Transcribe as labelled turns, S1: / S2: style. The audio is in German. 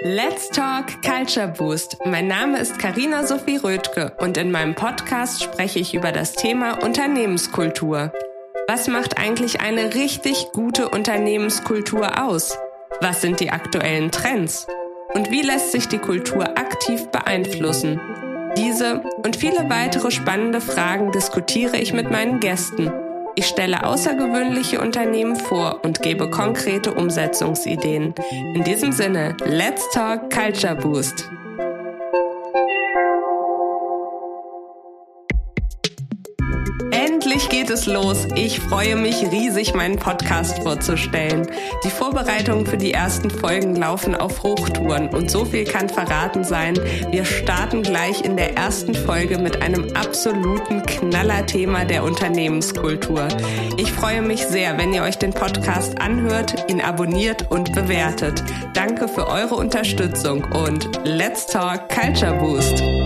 S1: Let's Talk Culture Boost. Mein Name ist Carina Sophie Rödtke und in meinem Podcast spreche ich über das Thema Unternehmenskultur. Was macht eigentlich eine richtig gute Unternehmenskultur aus? Was sind die aktuellen Trends? Und wie lässt sich die Kultur aktiv beeinflussen? Diese und viele weitere spannende Fragen diskutiere ich mit meinen Gästen. Ich stelle außergewöhnliche Unternehmen vor und gebe konkrete Umsetzungsideen. In diesem Sinne, let's talk Culture Boost. Endlich geht es los. Ich freue mich riesig, meinen Podcast vorzustellen. Die Vorbereitungen für die ersten Folgen laufen auf Hochtouren und so viel kann verraten sein. Wir starten gleich in der ersten Folge mit einem absoluten Knallerthema der Unternehmenskultur. Ich freue mich sehr, wenn ihr euch den Podcast anhört, ihn abonniert und bewertet. Danke für eure Unterstützung und let's talk Culture Boost.